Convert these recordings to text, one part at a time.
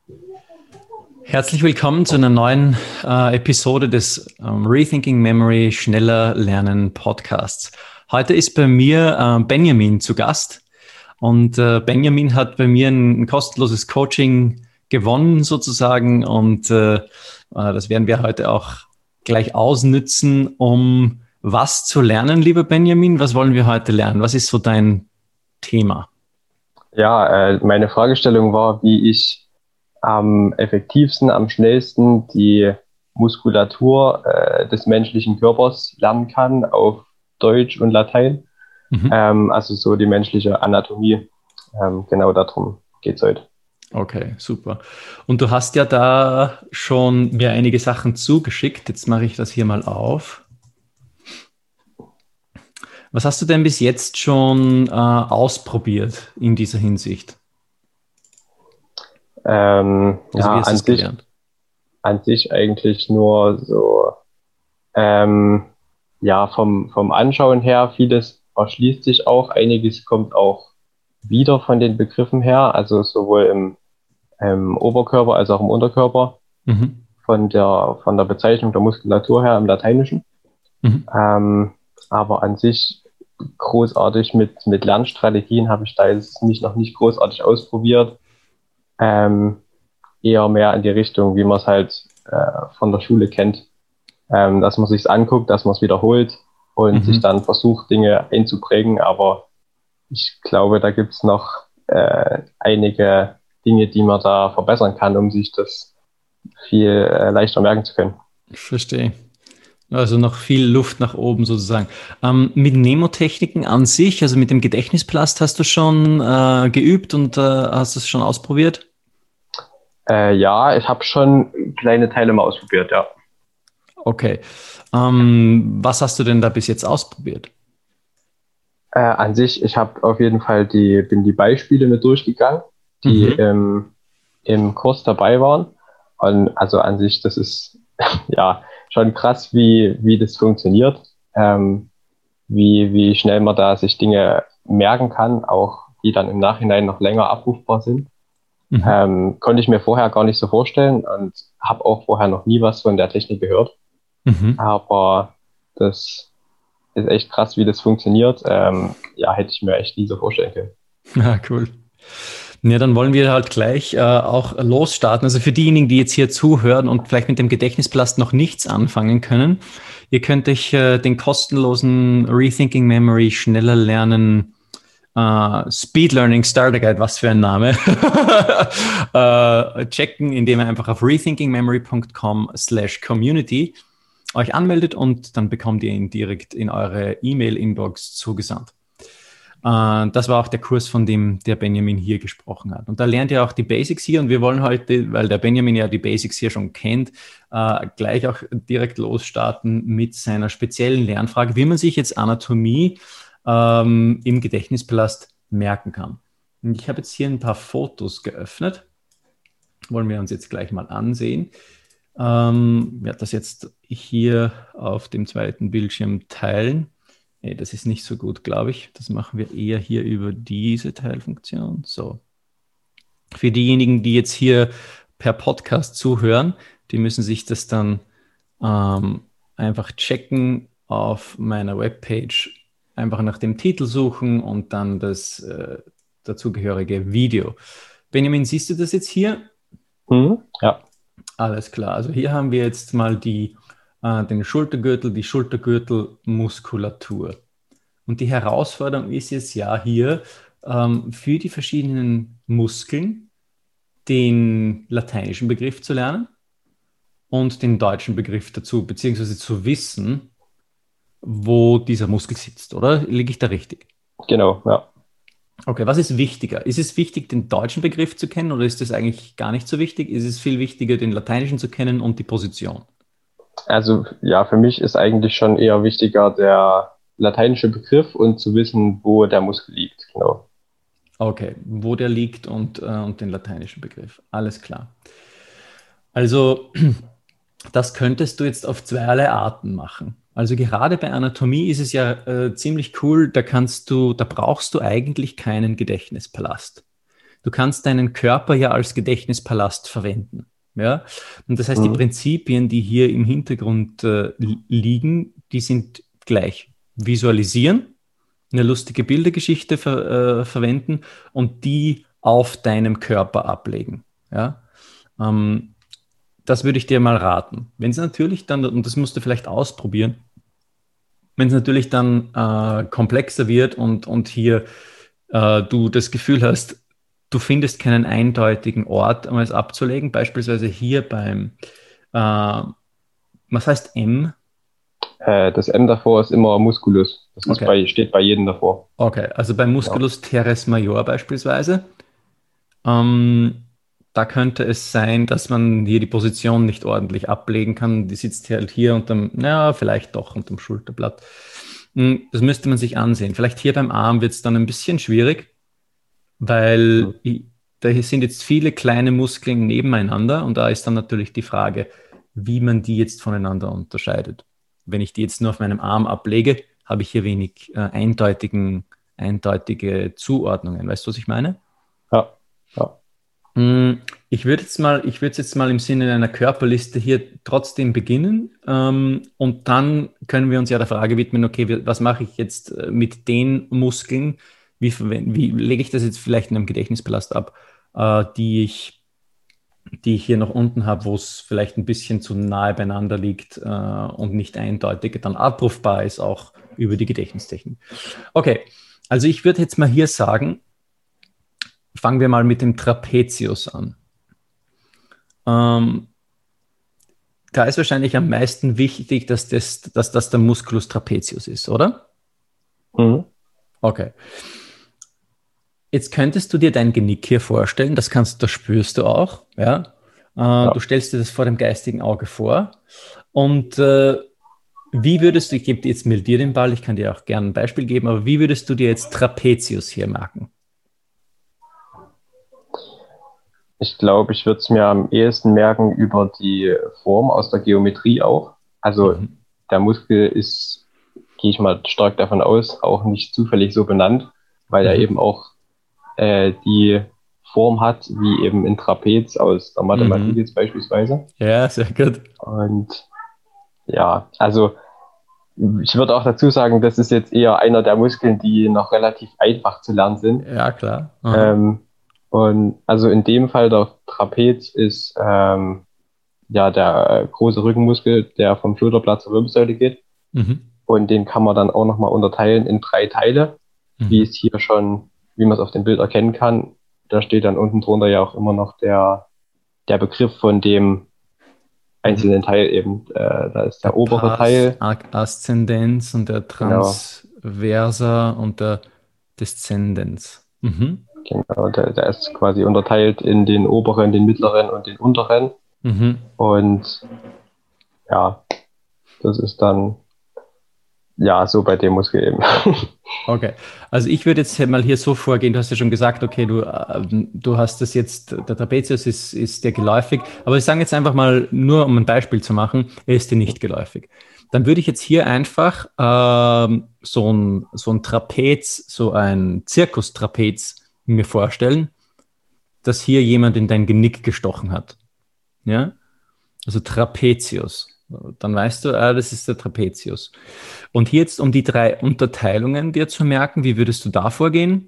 Herzlich willkommen zu einer neuen Episode des Rethinking Memory Schneller Lernen Podcasts. Heute ist bei mir Benjamin zu Gast und Benjamin hat bei mir ein kostenloses Coaching gewonnen sozusagen und das werden wir heute auch gleich ausnützen, um was zu lernen, lieber Benjamin. Was wollen wir heute lernen? Was ist so dein Thema? Ja, meine Fragestellung war, wie ich am effektivsten, am schnellsten die Muskulatur des menschlichen Körpers lernen kann auf Deutsch und Latein. Mhm. Also so die menschliche Anatomie. Genau darum geht's heute. Okay, super. Und du hast ja da schon mir einige Sachen zugeschickt. Jetzt mache ich das hier mal auf. Was hast du denn bis jetzt schon ausprobiert in dieser Hinsicht? Also wie Ja, hast du es gelernt? an sich eigentlich nur so, ähm, ja, vom Anschauen her, vieles erschließt sich auch, einiges kommt auch wieder von den Begriffen her, also sowohl im Oberkörper als auch im Unterkörper, Mhm. von der Bezeichnung der Muskulatur her im Lateinischen. Mhm. Ähm, aber an sich großartig mit Lernstrategien habe ich da jetzt noch nicht großartig ausprobiert. Ähm, Eher mehr in die Richtung, wie man es halt von der Schule kennt, dass man sich's anguckt, dass man es wiederholt und sich Mhm. dann versucht, Dinge einzuprägen. Aber ich glaube, da gibt's noch einige Dinge, die man da verbessern kann, um sich das viel leichter merken zu können. Ich verstehe. Also noch viel Luft nach oben sozusagen. Mit Mnemotechniken an sich, also mit dem Gedächtnisplast, hast du schon geübt und hast es schon ausprobiert? Ja, ich habe schon kleine Teile mal ausprobiert, ja. Okay. Was hast du denn da bis jetzt ausprobiert? An sich, ich habe auf jeden Fall bin die Beispiele mit durchgegangen, die Mhm. im Kurs dabei waren. Und also an sich, das ist ja schon krass, wie das funktioniert, wie schnell man da sich Dinge merken kann, auch die dann im Nachhinein noch länger abrufbar sind. Mhm. Konnte ich mir vorher gar nicht so vorstellen und habe auch vorher noch nie was von der Technik gehört. Mhm. Aber das ist echt krass, wie das funktioniert. Ja, hätte ich mir echt nie so vorstellen können. Ja, cool. Ja, dann wollen wir halt gleich auch losstarten. Also für diejenigen, die jetzt hier zuhören und vielleicht mit dem Gedächtnisplast noch nichts anfangen können, ihr könnt euch den kostenlosen Rethinking Memory schneller lernen Speed Learning Starter Guide, was für ein Name, checken, indem ihr einfach auf rethinkingmemory.com/community euch anmeldet und dann bekommt ihr ihn direkt in eure E-Mail-Inbox zugesandt. Das war auch der Kurs, von dem der Benjamin hier gesprochen hat. Und da lernt ihr auch die Basics hier. Und wir wollen heute, weil der Benjamin ja die Basics hier schon kennt, gleich auch direkt losstarten mit seiner speziellen Lernfrage, wie man sich jetzt Anatomie im Gedächtnispalast merken kann. Und ich habe jetzt hier ein paar Fotos geöffnet. Wollen wir uns jetzt gleich mal ansehen. Ich werde das jetzt hier auf dem zweiten Bildschirm teilen. Nee, das ist nicht so gut, glaube ich. Das machen wir eher hier über diese Teilfunktion. So. Für diejenigen, die jetzt hier per Podcast zuhören, die müssen sich das dann einfach checken auf meiner Webpage. Einfach nach dem Titel suchen und dann das dazugehörige Video. Benjamin, siehst du das jetzt hier? Mhm. Ja, Alles klar. Also hier haben wir jetzt mal den Schultergürtel, die Schultergürtelmuskulatur. Und die Herausforderung ist jetzt ja hier für die verschiedenen Muskeln den lateinischen Begriff zu lernen und den deutschen Begriff dazu, beziehungsweise zu wissen, wo dieser Muskel sitzt, oder? Liege ich da richtig? genau, ja. Okay, was ist wichtiger? Ist es wichtig, den deutschen Begriff zu kennen oder ist das eigentlich gar nicht so wichtig? Ist es viel wichtiger, den lateinischen zu kennen und die Position? Also ja, für mich ist eigentlich schon eher wichtiger der lateinische Begriff und zu wissen, wo der Muskel liegt. Genau. Okay, wo der liegt und den lateinischen Begriff. Alles klar. Also, das könntest du jetzt auf zweierlei Arten machen. Also gerade bei Anatomie ist es ja ziemlich cool, da brauchst du eigentlich keinen Gedächtnispalast. du kannst deinen Körper ja als Gedächtnispalast verwenden. Ja? Und das heißt, die Prinzipien, die hier im Hintergrund liegen, die sind gleich. Visualisieren, eine lustige Bildergeschichte verwenden und die auf deinem Körper ablegen. Ja? Das würde ich dir mal raten. Wenn es natürlich dann, und das musst du vielleicht ausprobieren, wenn es natürlich dann komplexer wird und hier du das Gefühl hast, du findest keinen eindeutigen Ort, um es abzulegen, beispielsweise hier beim, was heißt M? Das M davor ist immer Musculus. Das ist Okay. steht bei jedem davor. Okay, also beim Musculus teres major beispielsweise. Da könnte es sein, dass man hier die Position nicht ordentlich ablegen kann. Die sitzt halt hier unterm, ja, vielleicht doch unterm Schulterblatt. Das müsste man sich ansehen. Vielleicht hier beim Arm wird es dann ein bisschen schwierig, weil da sind jetzt viele kleine Muskeln nebeneinander und da ist dann natürlich die Frage, wie man die jetzt voneinander unterscheidet. Wenn ich die jetzt nur auf meinem Arm ablege, habe ich hier wenig eindeutige Zuordnungen. Weißt du, was ich meine? Ja, ja. Ich würde es jetzt mal im Sinne einer Körperliste hier trotzdem beginnen und dann können wir uns ja der Frage widmen, okay, was mache ich jetzt mit den Muskeln? Wie lege ich das jetzt vielleicht in einem Gedächtnispalast ab, die ich hier noch unten habe, wo es vielleicht ein bisschen zu nahe beieinander liegt und nicht eindeutig dann abrufbar ist, auch über die Gedächtnistechnik. Okay, also ich würde jetzt mal hier sagen, fangen wir mal mit dem Trapezius an. Da ist wahrscheinlich am meisten wichtig, dass das der Musculus trapezius ist, oder? Mhm. Okay. Jetzt könntest du dir dein Genick hier vorstellen, das spürst du auch, ja? Du stellst dir das vor dem geistigen Auge vor und wie würdest du, ich gebe jetzt mir dir den Ball, ich kann dir auch gerne ein Beispiel geben, aber wie würdest du dir jetzt Trapezius hier merken? Ich glaube, ich würde es mir am ehesten merken über die Form aus der Geometrie auch. Also der Muskel ist, gehe ich mal stark davon aus, auch nicht zufällig so benannt, weil er eben auch die Form hat, wie eben ein Trapez aus der Mathematik jetzt beispielsweise. Ja, sehr gut. Und ja, also ich würde auch dazu sagen, das ist jetzt eher einer der Muskeln, die noch relativ einfach zu lernen sind. Ja, klar. Und also in dem Fall der Trapez ist ja der große Rückenmuskel, der vom Schulterblatt zur Wirbelsäule geht. Und den kann man dann auch nochmal unterteilen in 3 Teile, wie es hier schon, wie man es auf dem Bild erkennen kann. Da steht dann unten drunter ja auch immer noch der Begriff von dem einzelnen Teil eben. Da ist der obere Teil. Aszendenz und der Transversa und der Deszendens. Genau, der ist quasi unterteilt in den oberen, den mittleren und den unteren. Und ja, das ist dann ja so bei dem Muskel eben. Okay, also ich würde jetzt mal hier so vorgehen, du hast ja schon gesagt, okay, du hast das jetzt, der Trapezius ist dir geläufig, aber ich sage jetzt einfach mal, nur um ein Beispiel zu machen, er ist dir nicht geläufig. Dann würde ich jetzt hier einfach so ein Trapez, so ein Zirkustrapez mir vorstellen, dass hier jemand in dein Genick gestochen hat. Ja? Also Trapezius. Dann weißt du, das ist der Trapezius. Und hier jetzt, um die 3 Unterteilungen dir zu merken, wie würdest du da vorgehen?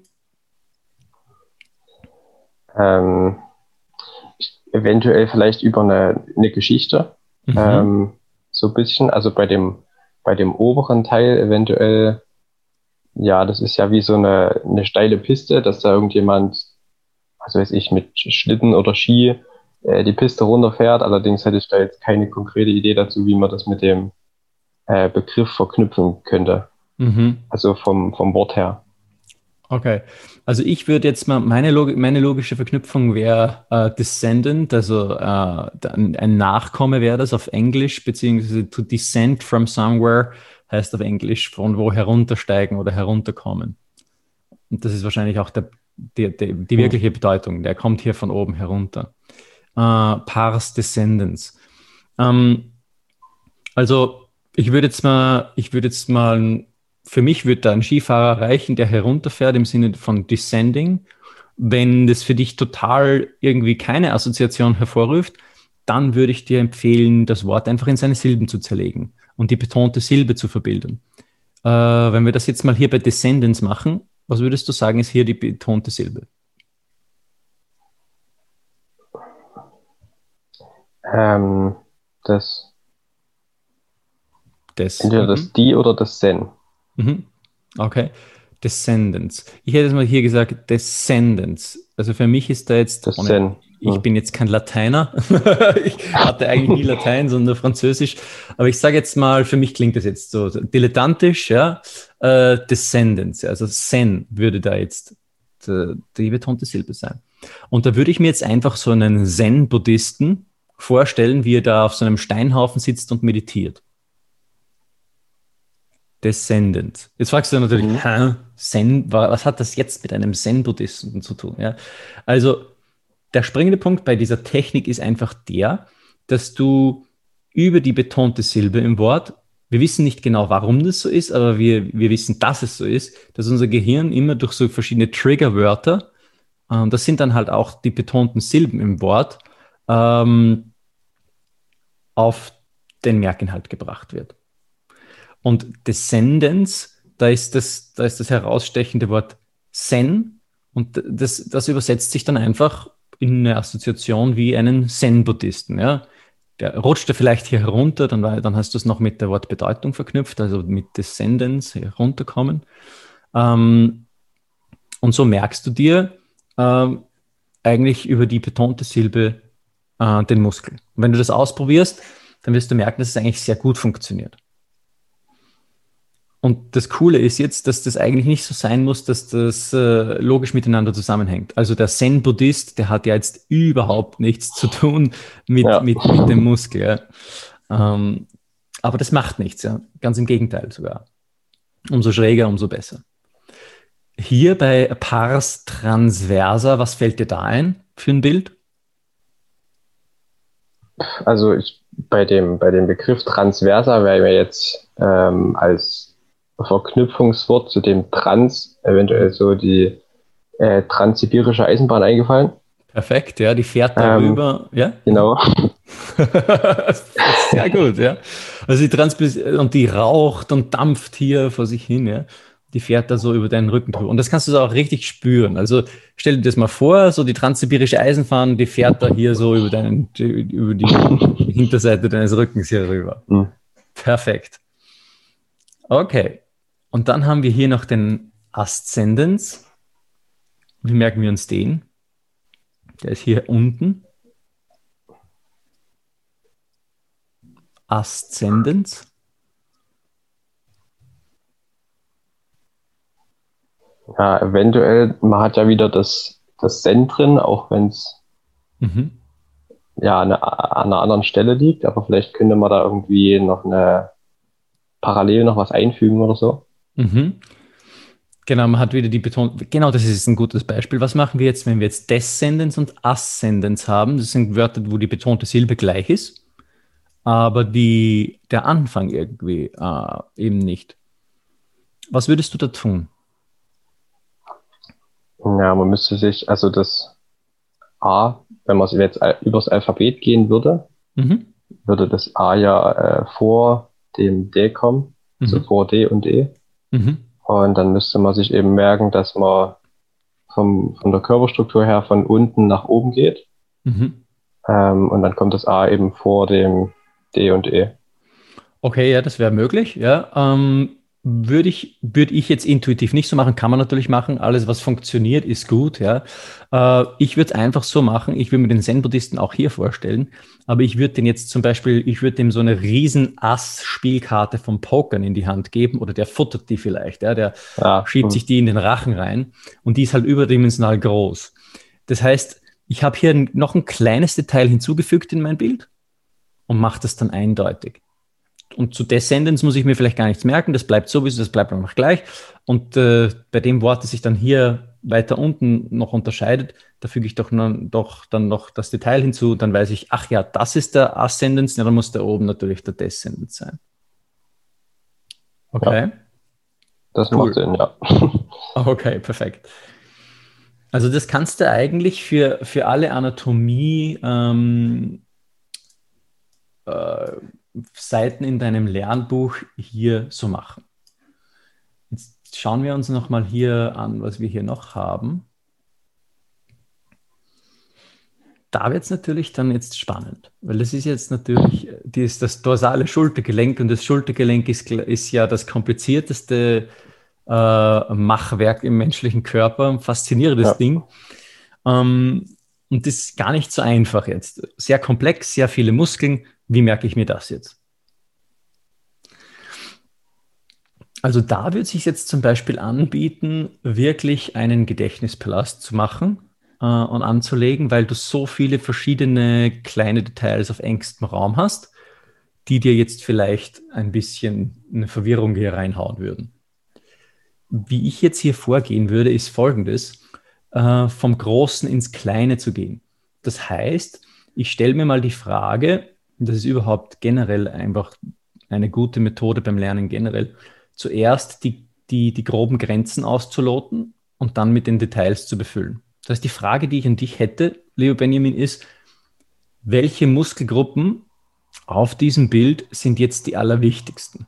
Eventuell vielleicht über eine Geschichte. So ein bisschen. Also bei dem oberen Teil eventuell, ja, das ist ja wie so eine steile Piste, dass da irgendjemand, was weiß ich, mit Schlitten oder Ski die Piste runterfährt. Allerdings hätte ich da jetzt keine konkrete Idee dazu, wie man das mit dem Begriff verknüpfen könnte. Also vom Wort her. Okay, also ich würde jetzt mal, meine logische Verknüpfung wäre Descendant, also ein Nachkomme wäre das auf Englisch, beziehungsweise to descend from somewhere heißt auf Englisch von wo heruntersteigen oder herunterkommen. Und das ist wahrscheinlich auch die wirkliche Bedeutung, der kommt hier von oben herunter. Pars Descendens. Also ich würde jetzt mal, für mich würde da ein Skifahrer reichen, der herunterfährt im Sinne von descending Wenn das für dich total irgendwie keine Assoziation hervorruft, dann würde ich dir empfehlen, das Wort einfach in seine Silben zu zerlegen und die betonte Silbe zu verbilden. Wenn wir das jetzt mal hier bei Descendants machen, was würdest du sagen, ist hier die betonte Silbe? Das Des. entweder das Die oder das Sen. Okay. Descendants. Ich hätte jetzt mal hier gesagt Descendants. Also für mich ist da jetzt, Das Sen. ich bin jetzt kein Lateiner. Ich hatte eigentlich nie Latein, sondern Französisch. Aber ich sage jetzt mal, für mich klingt das jetzt so dilettantisch, ja. Descendants, also Sen würde da jetzt die betonte Silbe sein. Und da würde ich mir jetzt einfach so einen Zen-Buddhisten vorstellen, wie er da auf so einem Steinhaufen sitzt und meditiert. Descendant. Jetzt fragst du natürlich, Zen, was hat das jetzt mit einem Zen-Buddhisten zu tun? Ja? Also der springende Punkt bei dieser Technik ist einfach der, dass du über die betonte Silbe im Wort, wir wissen nicht genau, warum das so ist, aber wir wissen, dass es so ist, dass unser Gehirn immer durch so verschiedene Triggerwörter, das sind dann halt auch die betonten Silben im Wort, auf den Merkinhalt gebracht wird. Und Descendants, da ist das herausstechende Wort Zen und das übersetzt sich dann einfach in eine Assoziation wie einen Zen-Buddhisten. Ja? Der rutscht da vielleicht hier herunter, dann hast du es noch mit der Wortbedeutung verknüpft, also mit Descendants herunterkommen. Und so merkst du dir eigentlich über die betonte Silbe den Muskel. Und wenn du das ausprobierst, dann wirst du merken, dass es eigentlich sehr gut funktioniert. Und das Coole ist jetzt, dass das eigentlich nicht so sein muss, dass das logisch miteinander zusammenhängt. Also der Zen-Buddhist, der hat ja jetzt überhaupt nichts zu tun mit dem Muskel. Ja. Aber das macht nichts, ja. Ganz im Gegenteil sogar. Umso schräger, umso besser. Hier bei Pars Transversa, was fällt dir da ein für ein Bild? Also bei dem Begriff Transversa wäre mir jetzt als Verknüpfungswort zu dem Trans eventuell so die Transsibirische Eisenbahn eingefallen. Perfekt, ja, die fährt darüber, ja? Genau. Sehr gut, ja. Also und die raucht und dampft hier vor sich hin, ja. Die fährt da so über deinen Rücken drüber. Und das kannst du so auch richtig spüren. Also stell dir das mal vor, so die Transsibirische Eisenbahn, die fährt da hier so über die Hinterseite deines Rückens hier rüber. Perfekt. Okay. Und dann haben wir hier noch den Aszendens. Wie merken wir uns den? Der ist hier unten. Aszendens. Ja, eventuell, man hat ja wieder das Zen drin, auch wenn es ja an einer anderen Stelle liegt, aber vielleicht könnte man da irgendwie noch parallel noch was einfügen oder so. Genau, man hat wieder die Betonung. Genau, das ist ein gutes Beispiel. Was machen wir jetzt, wenn wir jetzt Descendens und Ascendens haben? Das sind Wörter, wo die betonte Silbe gleich ist, aber der Anfang irgendwie eben nicht. Was würdest du da tun? Ja, man müsste sich, also das A, wenn man jetzt übers Alphabet gehen würde, würde das A ja vor dem D kommen, also vor D und E. Und dann müsste man sich eben merken, dass man von der Körperstruktur her von unten nach oben geht. Und dann kommt das A eben vor dem D und E. Okay, ja, das wäre möglich. Ja, würde ich jetzt intuitiv nicht so machen, kann man natürlich machen. Alles, was funktioniert, ist gut. Ja, ich würde es einfach so machen. Ich würde mir den Zen-Buddhisten auch hier vorstellen, aber ich würde den jetzt zum Beispiel, ich würde dem so eine riesen Ass-Spielkarte vom Pokern in die Hand geben oder der futtert die vielleicht. Ja, der schiebt sich die in den Rachen rein und die ist halt überdimensional groß. Das heißt, ich habe hier noch ein kleines Detail hinzugefügt in mein Bild und mache das dann eindeutig. Und zu Descendants muss ich mir vielleicht gar nichts merken, das bleibt sowieso, das bleibt einfach gleich. Und bei dem Wort, das sich dann hier weiter unten noch unterscheidet, da füge ich dann noch das Detail hinzu, dann weiß ich, ach ja, das ist der Ascendens, ja, dann muss da oben natürlich der Descendens sein. Okay. Ja, das macht Sinn, ja. Okay, perfekt. Also das kannst du eigentlich für alle Anatomie Seiten in deinem Lernbuch hier so machen. Jetzt schauen wir uns nochmal hier an, was wir hier noch haben. Da wird es natürlich dann jetzt spannend, weil das ist jetzt natürlich das dorsale Schultergelenk und das Schultergelenk ist ja das komplizierteste Machwerk im menschlichen Körper, ein faszinierendes Ding. Und das ist gar nicht so einfach jetzt. Sehr komplex, sehr viele Muskeln. Wie merke ich mir das jetzt? Also da würde es sich jetzt zum Beispiel anbieten, wirklich einen Gedächtnispalast zu machen und anzulegen, weil du so viele verschiedene kleine Details auf engstem Raum hast, die dir jetzt vielleicht ein bisschen eine Verwirrung hier reinhauen würden. Wie ich jetzt hier vorgehen würde, ist Folgendes: vom Großen ins Kleine zu gehen. Das heißt, ich stelle mir mal die Frage, und das ist überhaupt generell einfach eine gute Methode beim Lernen generell, zuerst die groben Grenzen auszuloten und dann mit den Details zu befüllen. Das heißt, die Frage, die ich an dich hätte, lieber Benjamin, ist, welche Muskelgruppen auf diesem Bild sind jetzt die allerwichtigsten?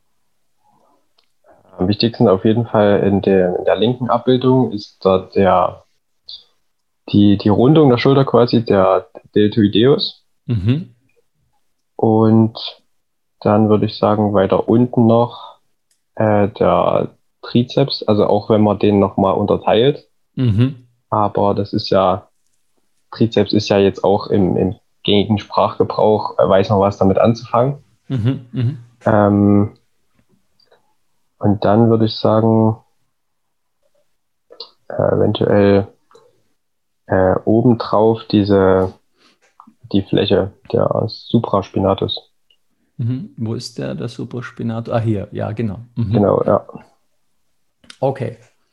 Am wichtigsten auf jeden Fall in der linken Abbildung ist da die Rundung der Schulter quasi, der Deltoideus. Mhm. Und dann würde ich sagen, weiter unten noch der Trizeps, also auch wenn man den nochmal unterteilt. Mhm. Aber Trizeps ist ja jetzt auch im gängigen Sprachgebrauch, weiß man was damit anzufangen. Mhm. Mhm. Und dann würde ich sagen, eventuell obendrauf die Fläche, der Supraspinatus. Mhm. Wo ist der Supraspinatus? Ah, hier, ja, genau. Mhm. Genau, ja. Okay.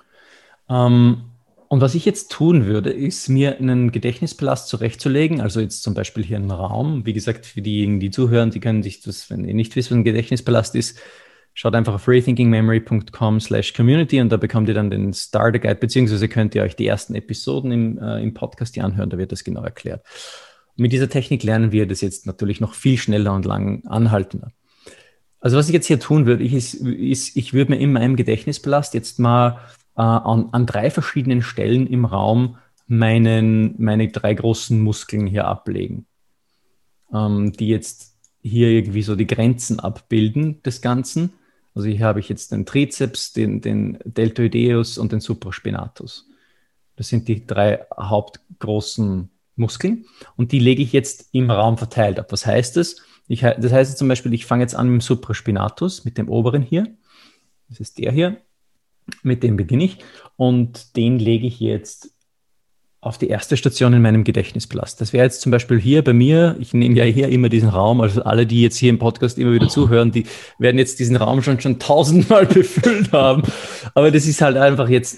Und was ich jetzt tun würde, ist mir einen Gedächtnispalast zurechtzulegen, also jetzt zum Beispiel hier einen Raum. Wie gesagt, für diejenigen, die zuhören, die können sich das, wenn ihr nicht wisst, was ein Gedächtnispalast ist, schaut einfach auf rethinkingmemory.com/community und da bekommt ihr dann den Starter Guide, beziehungsweise könnt ihr euch die ersten Episoden im Podcast anhören, da wird das genau erklärt. Und mit dieser Technik lernen wir das jetzt natürlich noch viel schneller und lang anhaltender. Also was ich jetzt hier tun würde, ist ich würde mir in meinem Gedächtnispalast jetzt mal an 3 verschiedenen Stellen im Raum meine 3 großen Muskeln hier ablegen, die jetzt hier irgendwie so die Grenzen abbilden des Ganzen. Also hier habe ich jetzt den Trizeps, den Deltoideus und den Supraspinatus. Das sind die 3 hauptgroßen Muskeln und die lege ich jetzt im Raum verteilt ab. Was heißt das? Das heißt jetzt zum Beispiel, ich fange jetzt an mit dem Supraspinatus, mit dem oberen hier. Das ist der hier. Mit dem beginne ich und den lege ich jetzt auf die erste Station in meinem Gedächtnispalast. Das wäre jetzt zum Beispiel hier bei mir, ich nehme ja hier immer diesen Raum, also alle, die jetzt hier im Podcast immer wieder zuhören, die werden jetzt diesen Raum schon 1000-mal befüllt haben. Aber das ist halt einfach jetzt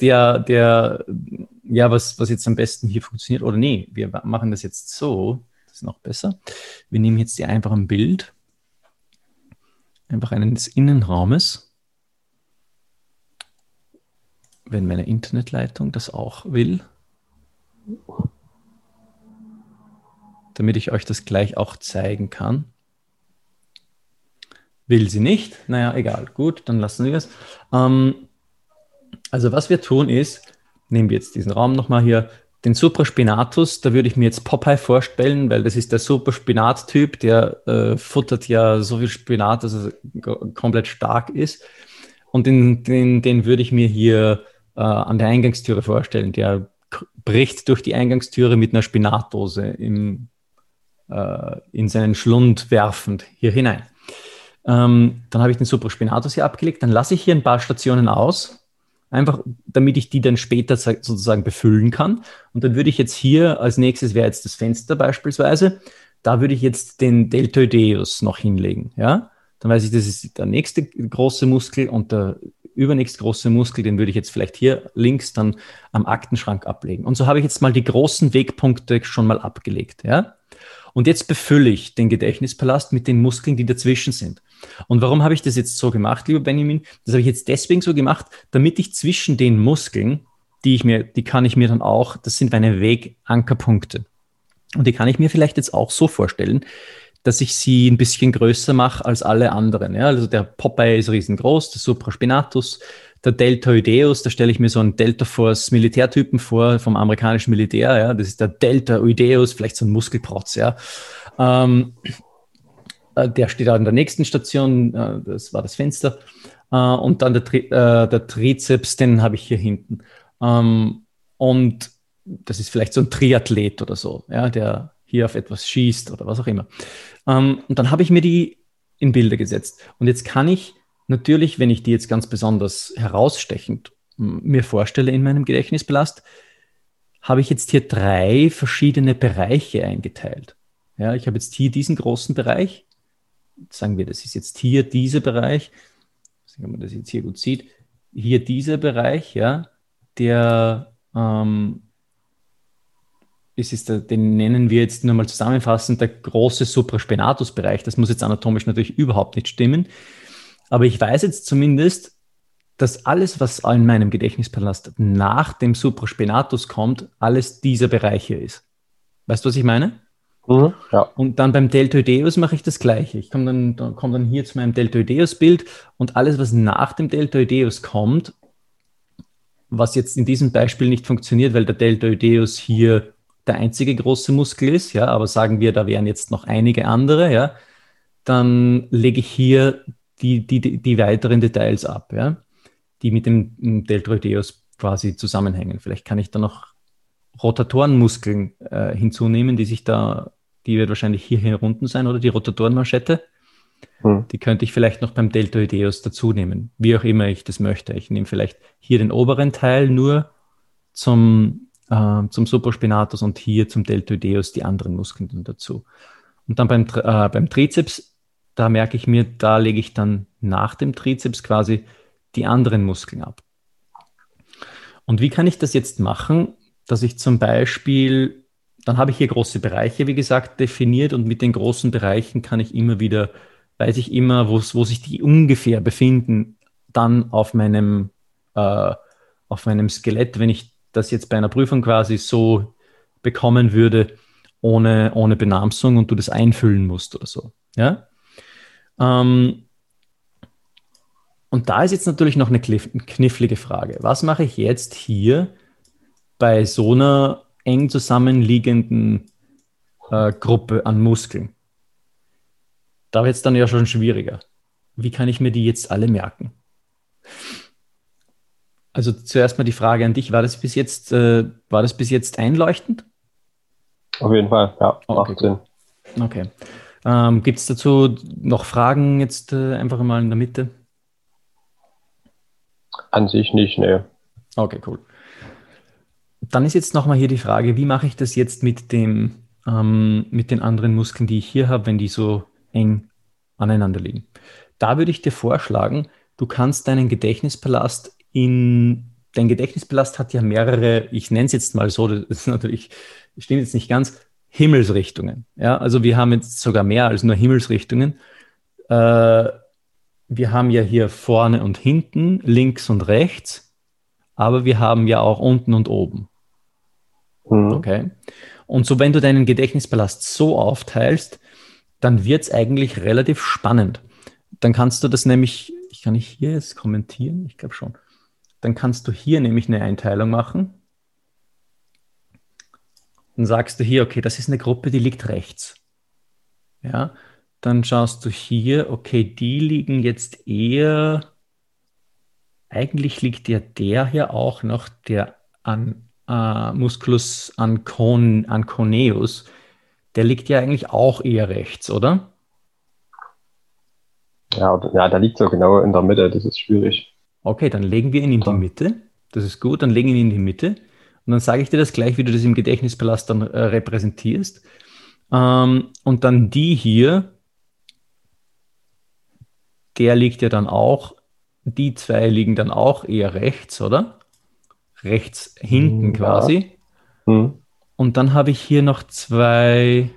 was jetzt am besten hier funktioniert. Oder nee, wir machen das jetzt so, das ist noch besser. Wir nehmen jetzt hier einfach ein Bild, einfach eines Innenraumes. Wenn meine Internetleitung das auch will, damit ich euch das gleich auch zeigen kann. Will sie nicht? Naja, egal. Gut, dann lassen wir es. Also was wir tun ist, nehmen wir jetzt diesen Raum nochmal hier, den Supraspinatus, da würde ich mir jetzt Popeye vorstellen, weil das ist der Supraspinat-Typ, der futtert ja so viel Spinat, dass er komplett stark ist. Und den würde ich mir hier an der Eingangstüre vorstellen. Der bricht durch die Eingangstüre mit einer Spinatdose in seinen Schlund werfend hier hinein. Dann habe ich den Supraspinatus hier abgelegt. Dann lasse ich hier ein paar Stationen aus, einfach damit ich die dann später sozusagen befüllen kann. Und dann würde ich jetzt hier, als nächstes wäre jetzt das Fenster beispielsweise, da würde ich jetzt den Deltoideus noch hinlegen. Ja? Dann weiß ich, das ist der nächste große Muskel und der übernächst große Muskel, den würde ich jetzt vielleicht hier links dann am Aktenschrank ablegen. Und so habe ich jetzt mal die großen Wegpunkte schon mal abgelegt. Ja? Und jetzt befülle ich den Gedächtnispalast mit den Muskeln, die dazwischen sind. Und warum habe ich das jetzt so gemacht, lieber Benjamin? Das habe ich jetzt deswegen so gemacht, damit ich zwischen den Muskeln die kann ich mir dann auch, das sind meine Wegankerpunkte. Und die kann ich mir vielleicht jetzt auch so vorstellen, dass ich sie ein bisschen größer mache als alle anderen. Ja? Also der Popeye ist riesengroß, der Supraspinatus, der Deltoideus, da stelle ich mir so einen Delta Force Militärtypen vor vom amerikanischen Militär. Ja? Das ist der Deltoideus, vielleicht so ein Muskelprotz. Ja? Der steht auch in der nächsten Station, das war das Fenster. Und dann der Trizeps, den habe ich hier hinten. Und das ist vielleicht so ein Triathlet oder so, ja, der hier auf etwas schießt oder was auch immer. Und dann habe ich mir die in Bilder gesetzt. Und jetzt kann ich natürlich, wenn ich die jetzt ganz besonders herausstechend mir vorstelle in meinem Gedächtnispalast, habe ich jetzt hier 3 verschiedene Bereiche eingeteilt. Ja, ich habe jetzt hier diesen großen Bereich. Sagen wir, das ist jetzt hier dieser Bereich. Wenn man das jetzt hier gut sieht. Hier dieser Bereich, ja, der den nennen wir jetzt nur mal zusammenfassend der große Supraspinatus-Bereich. Das muss jetzt anatomisch natürlich überhaupt nicht stimmen. Aber ich weiß jetzt zumindest, dass alles, was in meinem Gedächtnispalast nach dem Supraspinatus kommt, alles dieser Bereich hier ist. Weißt du, was ich meine? Ja. Und dann beim Deltoideus mache ich das Gleiche. Ich komme dann hier zu meinem Deltoideus-Bild und alles, was nach dem Deltoideus kommt, was jetzt in diesem Beispiel nicht funktioniert, weil der Deltoideus hier der einzige große Muskel ist, ja, aber sagen wir, da wären jetzt noch einige andere, ja, dann lege ich hier die weiteren Details ab, ja, die mit dem Deltoideus quasi zusammenhängen. Vielleicht kann ich da noch Rotatorenmuskeln hinzunehmen, die wird wahrscheinlich hier unten sein, oder die Rotatorenmanschette. Die könnte ich vielleicht noch beim Deltoideus dazu nehmen, wie auch immer ich das möchte. Ich nehme vielleicht hier den oberen Teil nur zum Supraspinatus und hier zum Deltoideus die anderen Muskeln dann dazu. Und dann beim Trizeps, da merke ich mir, da lege ich dann nach dem Trizeps quasi die anderen Muskeln ab. Und wie kann ich das jetzt machen, dass ich zum Beispiel, dann habe ich hier große Bereiche, wie gesagt, definiert und mit den großen Bereichen kann ich immer wieder, weiß ich immer, wo sich die ungefähr befinden, dann auf meinem Skelett, wenn ich das jetzt bei einer Prüfung quasi so bekommen würde, ohne Benamsung und du das einfüllen musst oder so. Ja? Und da ist jetzt natürlich noch eine knifflige Frage. Was mache ich jetzt hier bei so einer eng zusammenliegenden Gruppe an Muskeln? Da wird es dann ja schon schwieriger. Wie kann ich mir die jetzt alle merken? Also zuerst mal die Frage an dich, war das bis jetzt einleuchtend? Auf jeden Fall, ja, okay, macht Sinn. Okay. Gibt es dazu noch Fragen jetzt einfach mal in der Mitte? An sich nicht, ne. Okay, cool. Dann ist jetzt nochmal hier die Frage, wie mache ich das jetzt mit den anderen Muskeln, die ich hier habe, wenn die so eng aneinander liegen? Da würde ich dir vorschlagen, du kannst dein Gedächtnispalast hat ja mehrere, ich nenne es jetzt mal so, das ist natürlich, stimmt jetzt nicht ganz, Himmelsrichtungen. Ja, also wir haben jetzt sogar mehr als nur Himmelsrichtungen. Wir haben ja hier vorne und hinten, links und rechts, aber wir haben ja auch unten und oben. Okay. Und so, wenn du deinen Gedächtnispalast so aufteilst, dann wird es eigentlich relativ spannend. Dann kannst du das nämlich, kann ich hier jetzt kommentieren? Ich glaube schon. Dann kannst du hier nämlich eine Einteilung machen. Dann sagst du hier, okay, das ist eine Gruppe, die liegt rechts. Ja, dann schaust du hier, okay, die liegen jetzt eher, eigentlich liegt ja der hier auch noch, der Musculus anconeus, der liegt ja eigentlich auch eher rechts, oder? Ja, der liegt so genau in der Mitte, das ist schwierig. Okay, dann legen wir ihn in die Mitte. Das ist gut, dann legen wir ihn in die Mitte. Und dann sage ich dir das gleich, wie du das im Gedächtnispalast dann repräsentierst. Und dann die hier, der liegt ja dann auch, die 2 liegen dann auch eher rechts, oder? Rechts hinten quasi. Und dann habe ich hier noch 2,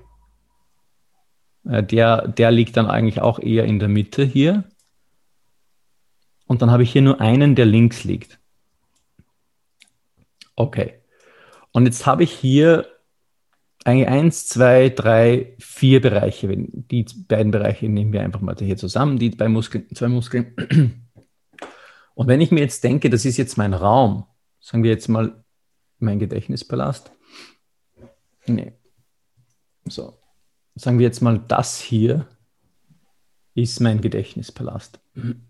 der liegt dann eigentlich auch eher in der Mitte hier. Und dann habe ich hier nur einen, der links liegt. Okay. Und jetzt habe ich hier eigentlich 1, 2, 3, 4 Bereiche. Die beiden Bereiche nehmen wir einfach mal hier zusammen, die zwei Muskeln. Und wenn ich mir jetzt denke, das ist jetzt mein Raum, sagen wir jetzt mal mein Gedächtnispalast. Nee. So. Sagen wir jetzt mal, das hier ist mein Gedächtnispalast.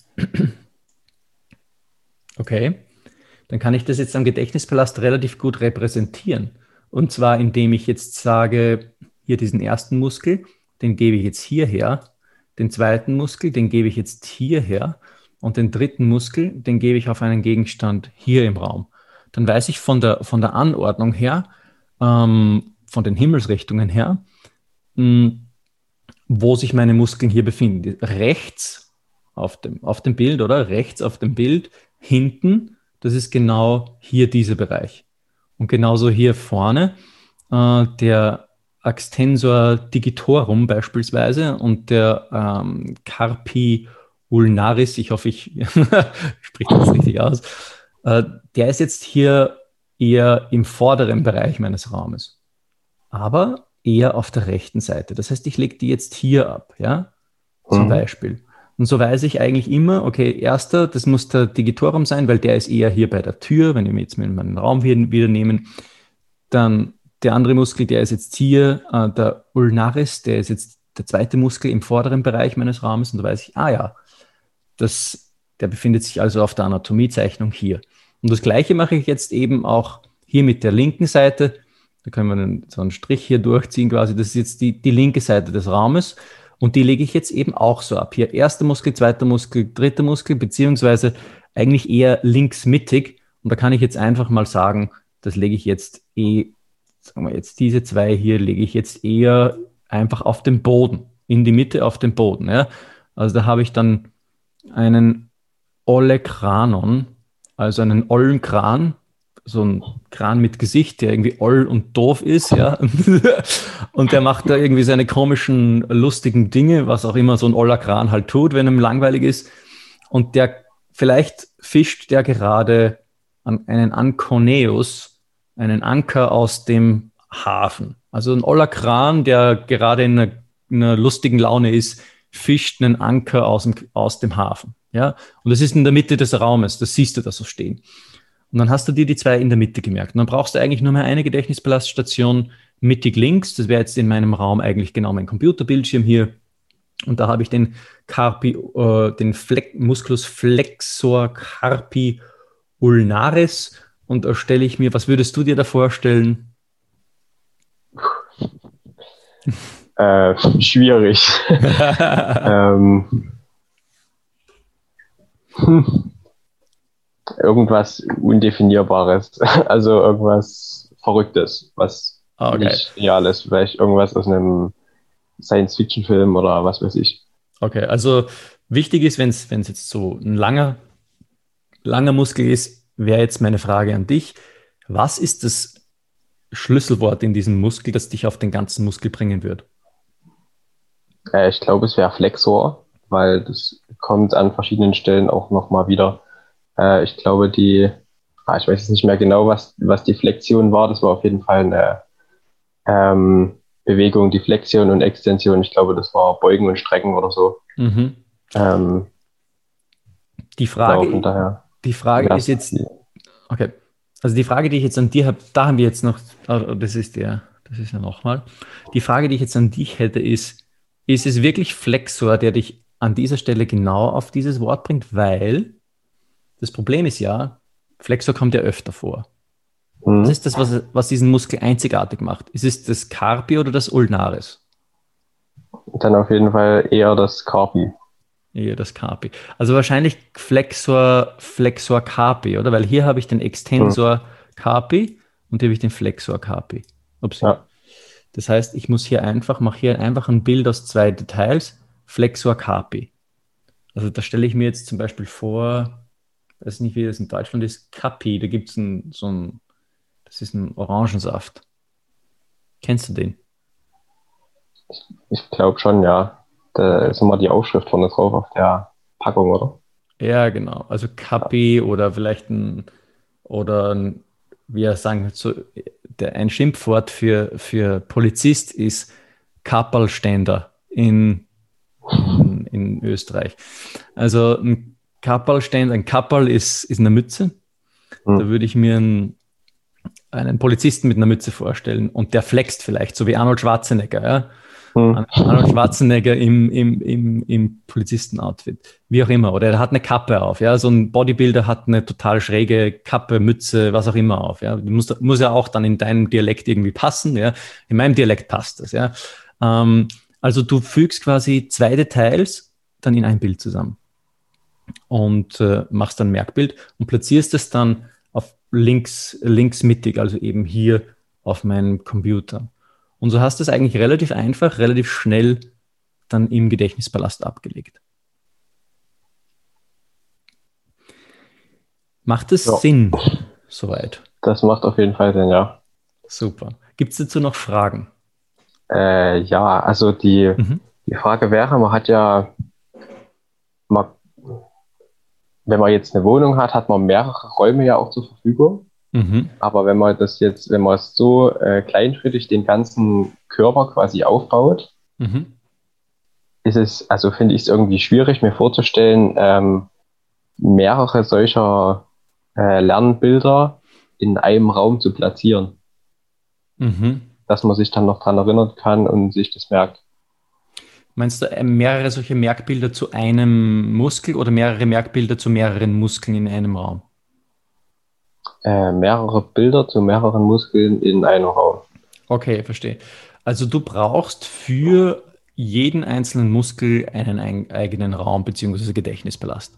Okay. Dann kann ich das jetzt am Gedächtnispalast relativ gut repräsentieren. Und zwar, indem ich jetzt sage, hier diesen ersten Muskel, den gebe ich jetzt hierher, den zweiten Muskel, den gebe ich jetzt hierher und den dritten Muskel, den gebe ich auf einen Gegenstand hier im Raum. Dann weiß ich von der Anordnung her, von den Himmelsrichtungen her, wo sich meine Muskeln hier befinden. Rechts auf dem Bild, oder? Rechts auf dem Bild, hinten, das ist genau hier dieser Bereich. Und genauso hier vorne, der Extensor digitorum beispielsweise und der Carpi ulnaris, ich hoffe, ich spreche das richtig aus, der ist jetzt hier eher im vorderen Bereich meines Raumes, aber eher auf der rechten Seite. Das heißt, ich lege die jetzt hier ab, ja, zum Beispiel. Und so weiß ich eigentlich immer, okay, erster, das muss der Digitorum sein, weil der ist eher hier bei der Tür, wenn wir jetzt meinen Raum wieder nehmen. Dann der andere Muskel, der ist jetzt hier, der Ulnaris, der ist jetzt der zweite Muskel im vorderen Bereich meines Raumes. Und da weiß ich, ja, der befindet sich also auf der Anatomiezeichnung hier. Und das Gleiche mache ich jetzt eben auch hier mit der linken Seite. Da können wir dann so einen Strich hier durchziehen quasi. Das ist jetzt die linke Seite des Raumes. Und die lege ich jetzt eben auch so ab. Hier erster Muskel, zweiter Muskel, dritter Muskel, beziehungsweise eigentlich eher links-mittig. Und da kann ich jetzt einfach mal sagen, das lege ich jetzt sagen wir jetzt diese zwei hier, lege ich jetzt eher einfach auf den Boden, in die Mitte auf den Boden. Ja? Also da habe ich dann einen Olekranon, also einen ollen Kran, so ein Kran mit Gesicht, der irgendwie oll und doof ist, ja. Und der macht da irgendwie seine komischen, lustigen Dinge, was auch immer so ein oller Kran halt tut, wenn ihm langweilig ist. Und vielleicht fischt der gerade einen Anconeus, einen Anker aus dem Hafen. Also ein oller Kran, der gerade in einer lustigen Laune ist, fischt einen Anker aus dem Hafen. Ja? Und das ist in der Mitte des Raumes, das siehst du da so stehen. Und dann hast du dir die zwei in der Mitte gemerkt. Und dann brauchst du eigentlich nur mehr eine Gedächtnispalaststation mittig links. Das wäre jetzt in meinem Raum eigentlich genau mein Computerbildschirm hier. Und da habe ich den Musculus flexor carpi ulnaris. Und da stelle ich mir, was würdest du dir da vorstellen? Schwierig. Irgendwas Undefinierbares, also irgendwas Verrücktes, was nicht real ist, vielleicht irgendwas aus einem Science-Fiction-Film oder was weiß ich. Okay, also wichtig ist, wenn es jetzt so ein langer Muskel ist, wäre jetzt meine Frage an dich. Was ist das Schlüsselwort in diesem Muskel, das dich auf den ganzen Muskel bringen wird? Ich glaube, es wäre Flexor, weil das kommt an verschiedenen Stellen auch nochmal wieder. Ich glaube, ich weiß jetzt nicht mehr genau, was die Flexion war. Das war auf jeden Fall eine Bewegung, die Flexion und Extension. Ich glaube, das war Beugen und Strecken oder so. Mhm. Die Frage ist jetzt, okay, also die Frage, die ich jetzt an dir habe, da haben wir jetzt noch, das ist ja nochmal, die Frage, die ich jetzt an dich hätte, ist es wirklich Flexor, der dich an dieser Stelle genau auf dieses Wort bringt? Weil das Problem ist ja, Flexor kommt ja öfter vor. Was ist das, was diesen Muskel einzigartig macht? Ist es das Carpi oder das Ulnaris? Dann auf jeden Fall eher das Carpi. Eher das Carpi. Also wahrscheinlich Flexor Carpi, oder? Weil hier habe ich den Extensor Carpi und hier habe ich den Flexor Carpi. Ups. Ja. Das heißt, ich muss mache hier einfach ein Bild aus zwei Details, Flexor Carpi. Also da stelle ich mir jetzt zum Beispiel vor, ich weiß nicht, wie das in Deutschland ist, Capi, da gibt es das ist ein Orangensaft. Kennst du den? Ich glaube schon, ja. Da ist immer die Aufschrift vorne drauf auf der Packung, oder? Ja, genau. Also Capi oder vielleicht wir sagen, so, ein Schimpfwort für Polizist ist Kapperlständer in Österreich. Also ein Kapperlständer, ein Kapperl ist eine Mütze. Da würde ich mir einen Polizisten mit einer Mütze vorstellen und der flext vielleicht, so wie Arnold Schwarzenegger. Ja? Arnold Schwarzenegger im Polizisten-Outfit, wie auch immer. Oder er hat eine Kappe auf. Ja? So ein Bodybuilder hat eine total schräge Kappe, Mütze, was auch immer auf. Ja? Muss ja auch dann in deinem Dialekt irgendwie passen. Ja? In meinem Dialekt passt das. Ja? Also du fügst quasi zwei Details dann in ein Bild zusammen und machst dann ein Merkbild und platzierst es dann auf links mittig, also eben hier auf meinem Computer. Und so hast du es eigentlich relativ einfach, relativ schnell dann im Gedächtnispalast abgelegt. Macht es Ja, Sinn soweit? das macht auf jeden Fall Sinn, ja. Super. Gibt es dazu noch Fragen? Ja, also Mhm. die Frage wäre, man hat ja, man, wenn man jetzt eine Wohnung hat, hat man mehrere Räume ja auch zur Verfügung. Mhm. Aber wenn man es so kleinschrittig den ganzen Körper quasi aufbaut, Mhm. also finde ich es irgendwie schwierig, mir vorzustellen, mehrere solcher Lernbilder in einem Raum zu platzieren, Mhm. dass man sich dann noch dran erinnern kann und sich das merkt. Meinst du mehrere solche Merkbilder zu einem Muskel oder mehrere Merkbilder zu mehreren Muskeln in einem Raum? Mehrere Bilder zu mehreren Muskeln in einem Raum. Okay, verstehe. Also du brauchst für jeden einzelnen Muskel einen eigenen Raum bzw. Gedächtnispalast.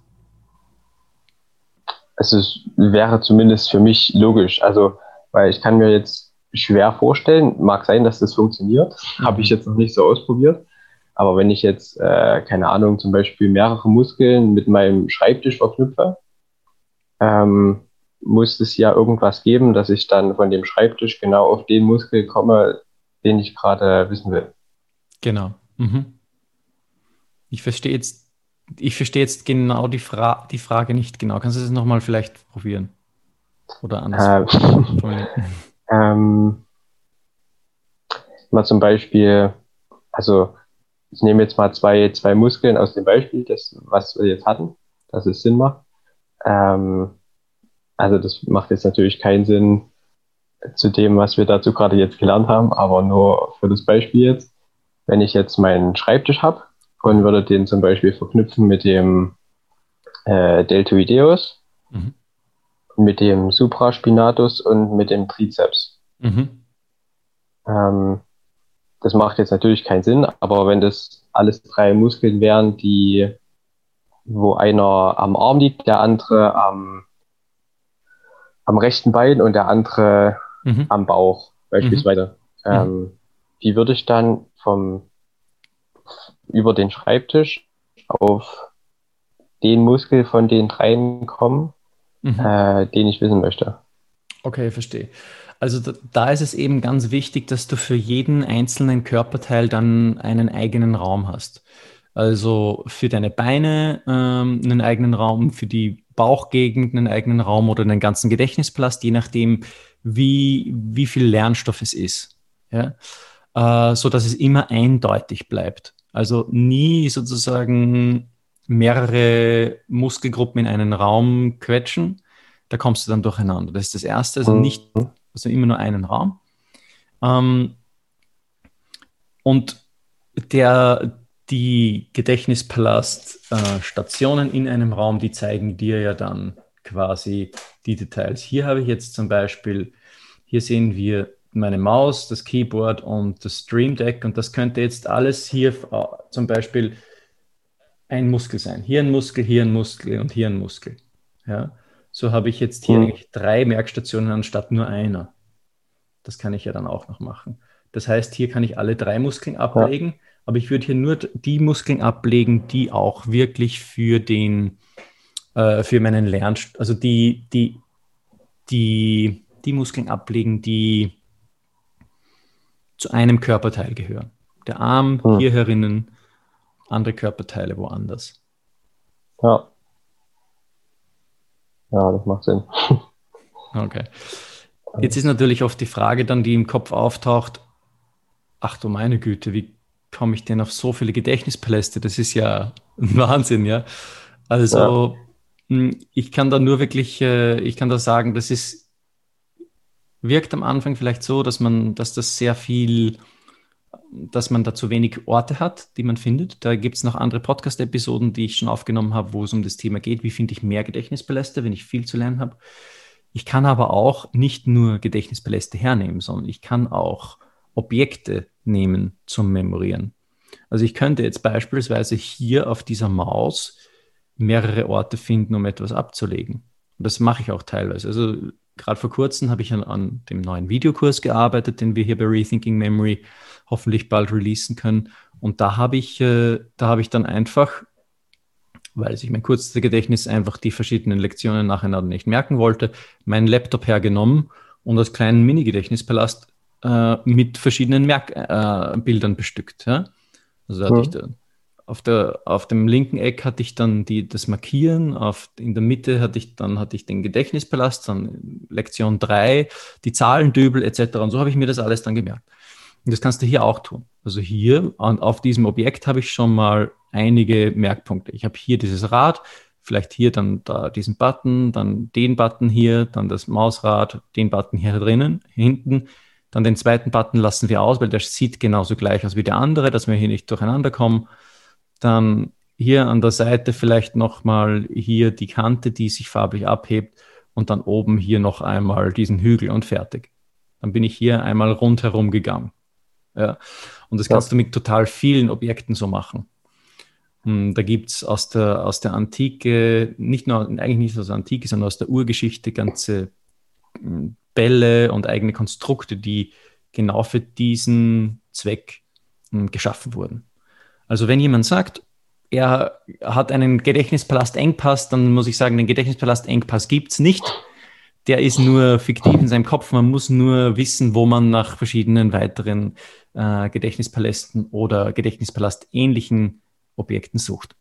Wäre zumindest für mich logisch. Also, weil ich kann mir jetzt schwer vorstellen, mag sein, dass das funktioniert, habe ich Mhm. jetzt noch nicht so ausprobiert. Aber wenn ich jetzt, keine Ahnung, zum Beispiel mehrere Muskeln mit meinem Schreibtisch verknüpfe, ähm, muss es ja irgendwas geben, dass ich dann von dem Schreibtisch genau auf den Muskel komme, den ich gerade wissen will. Genau. Mhm. Ich verstehe jetzt, ich verstehe jetzt genau die Frage nicht genau. Kannst du das nochmal vielleicht probieren oder anders Äh, formulieren? ähm, mal zum Beispiel, also ich nehme jetzt mal zwei Muskeln aus dem Beispiel, das, was wir jetzt hatten, dass es Sinn macht. Ähm, also das macht jetzt natürlich keinen Sinn zu dem, was wir dazu gerade jetzt gelernt haben, aber nur für das Beispiel jetzt. Wenn ich jetzt meinen Schreibtisch habe und Mhm. würde den zum Beispiel verknüpfen mit dem Deltoideus, Mhm. mit dem Supraspinatus und mit dem Trizeps. Mhm. Ähm, Das macht jetzt natürlich keinen Sinn, aber wenn das alles drei Muskeln wären, wo einer am Arm liegt, der andere am rechten Bein und der andere Mhm. am Bauch Mhm. beispielsweise. Mhm. Wie würde ich dann über den Schreibtisch auf den Muskel von den dreien kommen, Mhm. den ich wissen möchte? Okay, verstehe. Also da ist es eben ganz wichtig, dass du für jeden einzelnen Körperteil dann einen eigenen Raum hast. Also für deine Beine einen eigenen Raum, für die Bauchgegend einen eigenen Raum oder den ganzen Gedächtnispalast, je nachdem, wie viel Lernstoff es ist. Ja? So dass es immer eindeutig bleibt. Also nie sozusagen mehrere Muskelgruppen in einen Raum quetschen, da kommst du dann durcheinander. Das ist das Erste, also nicht, Mhm. also immer nur einen Raum. Ähm, und die Gedächtnispalast-Stationen in einem Raum, die zeigen dir ja dann quasi die Details. Hier habe ich jetzt zum Beispiel, hier sehen wir meine Maus, das Keyboard und das Stream Deck und das könnte jetzt alles hier zum Beispiel ein Muskel sein. Hier ein Muskel, hier ein Muskel und hier ein Muskel. Ja? So habe ich jetzt hier Mhm. eigentlich drei Merkstationen anstatt nur einer. Das kann ich ja dann auch noch machen. Das heißt, hier kann ich alle drei Muskeln Ja. ablegen, aber ich würde hier nur die Muskeln ablegen, die auch wirklich für meinen also die Muskeln ablegen, die zu einem Körperteil gehören. Der Arm Mhm. hier herinnen, andere Körperteile woanders. Ja, ja, das macht Sinn. Okay. Jetzt ist natürlich oft die Frage dann, die im Kopf auftaucht, ach du meine Güte, wie komme ich denn auf so viele Gedächtnispaläste? Das ist ja ein Wahnsinn, ja. Ja, Also ich kann da nur wirklich, ich kann da sagen, wirkt am Anfang vielleicht so, dass das sehr viel, dass man da zu wenig Orte hat, die man findet. Da gibt es noch andere Podcast-Episoden, die ich schon aufgenommen habe, wo es um das Thema geht, wie finde ich mehr Gedächtnispaläste, wenn ich viel zu lernen habe. Ich kann aber auch nicht nur Gedächtnispaläste hernehmen, sondern ich kann auch Objekte nehmen zum Memorieren. Also ich könnte jetzt beispielsweise hier auf dieser Maus mehrere Orte finden, um etwas abzulegen. Und das mache ich auch teilweise. Also gerade vor kurzem habe ich an dem neuen Videokurs gearbeitet, den wir hier bei Rethinking Memory hoffentlich bald releasen können. Und da habe ich dann einfach, weil sich mein Kurzzeitgedächtnis einfach die verschiedenen Lektionen nacheinander nicht merken wollte, meinen Laptop hergenommen und als kleinen Mini-Gedächtnispalast mit verschiedenen Bildern bestückt. Ja? Also da hatte ich hm. da auf dem linken Eck hatte ich dann das Markieren, in der Mitte hatte ich den Gedächtnispalast, dann Lektion 3, die Zahlendübel etc. Und so habe ich mir das alles dann gemerkt. Und das kannst du hier auch tun. Also hier auf diesem Objekt habe ich schon mal einige Merkpunkte. Ich habe hier dieses Rad, vielleicht hier dann da diesen Button, dann den Button hier, dann das Mausrad, den Button hier drinnen, hinten. Dann den zweiten Button lassen wir aus, weil der sieht genauso gleich aus wie der andere, dass wir hier nicht durcheinander kommen. Dann hier an der Seite vielleicht nochmal hier die Kante, die sich farblich abhebt und dann oben hier noch einmal diesen Hügel und fertig. Dann bin ich hier einmal rundherum gegangen. Ja. Und das kannst du mit total vielen Objekten so machen. Da gibt es aus der Antike, eigentlich nicht aus der Antike, sondern aus der Urgeschichte ganze Bälle und eigene Konstrukte, die genau für diesen Zweck geschaffen wurden. Also wenn jemand sagt, er hat einen Gedächtnispalast-Engpass, dann muss ich sagen, den Gedächtnispalast-Engpass gibt es nicht. Der ist nur fiktiv in seinem Kopf. Man muss nur wissen, wo man nach verschiedenen weiteren Gedächtnispalästen oder Gedächtnispalast-ähnlichen Objekten sucht.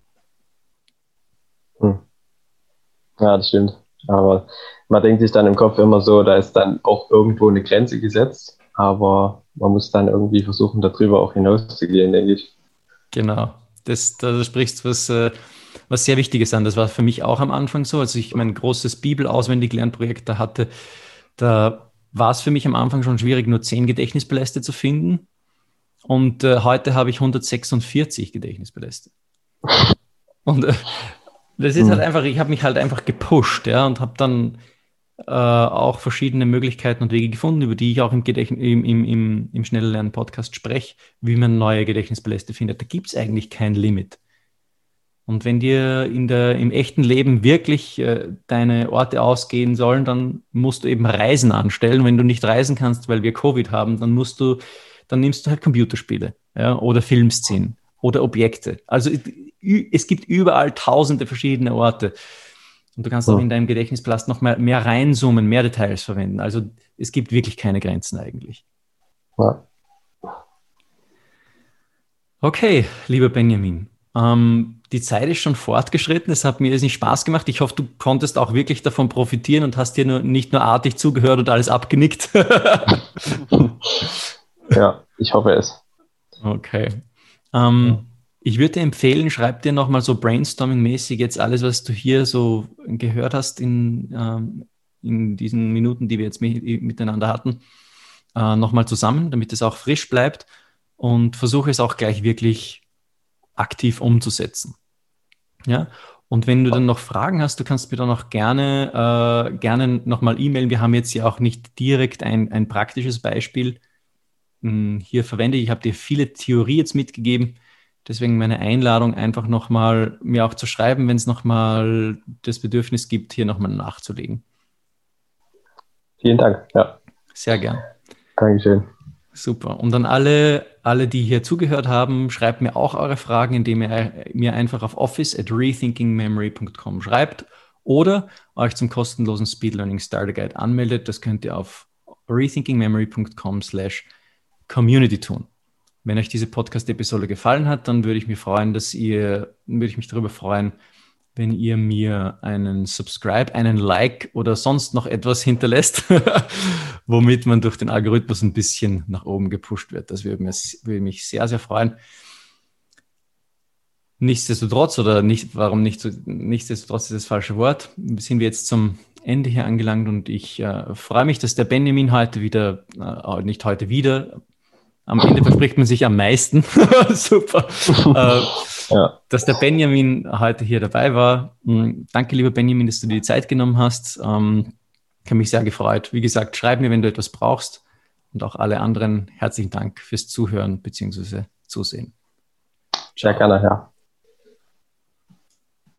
Hm. Ja, das stimmt. Aber man denkt sich dann im Kopf immer so, da ist dann auch irgendwo eine Grenze gesetzt, aber man muss dann irgendwie versuchen, darüber auch hinauszugehen, denke ich. Genau. Da sprichst du was sehr Wichtiges an. Das war für mich auch am Anfang so, als ich mein großes Bibel-Auswendig-Lernprojekt da hatte. Da war es für mich am Anfang schon schwierig, nur 10 Gedächtnispaläste zu finden. Und heute habe ich 146 Gedächtnispaläste. Und das ist halt einfach, ich habe mich halt einfach gepusht, ja, und habe dann auch verschiedene Möglichkeiten und Wege gefunden, über die ich auch im Schnelllernen-Podcast spreche, wie man neue Gedächtnispaläste findet. Da gibt es eigentlich kein Limit. Und wenn dir im echten Leben wirklich deine Orte ausgehen sollen, dann musst du eben Reisen anstellen. Wenn du nicht reisen kannst, weil wir Covid haben, dann nimmst du halt Computerspiele, ja, oder Filmszenen oder Objekte. Also es gibt überall tausende verschiedene Orte. Und du kannst auch in deinem Gedächtnispalast noch mehr reinzoomen, mehr Details verwenden. Also es gibt wirklich keine Grenzen eigentlich. Ja. Okay, lieber Benjamin. Die Zeit ist schon fortgeschritten. Es hat mir jetzt nicht Spaß gemacht. Ich hoffe, du konntest auch wirklich davon profitieren und hast dir nicht nur artig zugehört und alles abgenickt. Ja, ich hoffe es. Okay. Ich würde dir empfehlen, schreib dir nochmal so brainstorming-mäßig jetzt alles, was du hier so gehört hast in diesen Minuten, die wir jetzt miteinander hatten, nochmal zusammen, damit es auch frisch bleibt, und versuche es auch gleich wirklich aktiv umzusetzen. Ja? Und wenn du dann noch Fragen hast, du kannst mir dann auch gerne nochmal e-mailen. Wir haben jetzt ja auch nicht direkt ein praktisches Beispiel hier verwendet. Ich habe dir viele Theorie jetzt mitgegeben. Deswegen meine Einladung, einfach nochmal mir auch zu schreiben, wenn es nochmal das Bedürfnis gibt, hier nochmal nachzulegen. Vielen Dank. Ja. Sehr gern. Dankeschön. Super. Und an alle, die hier zugehört haben, schreibt mir auch eure Fragen, indem ihr mir einfach auf office@rethinkingmemory.com schreibt oder euch zum kostenlosen Speed Learning Starter Guide anmeldet. Das könnt ihr auf rethinkingmemory.com/community tun. Wenn euch diese Podcast-Episode gefallen hat, dann würde ich mich darüber freuen, wenn ihr mir einen Subscribe, einen Like oder sonst noch etwas hinterlässt, womit man durch den Algorithmus ein bisschen nach oben gepusht wird. Das würde mich sehr, sehr freuen. Nichtsdestotrotz, oder nicht, warum nicht so, nichtsdestotrotz ist das falsche Wort, sind wir jetzt zum Ende hier angelangt und ich freue mich, dass der Benjamin heute wieder, nicht heute wieder, am Ende verspricht man sich am meisten, super, dass der Benjamin heute hier dabei war. Danke, lieber Benjamin, dass du dir die Zeit genommen hast. Ich habe mich sehr gefreut. Wie gesagt, schreib mir, wenn du etwas brauchst, und auch alle anderen herzlichen Dank fürs Zuhören bzw. Zusehen. Sehr gerne, ja.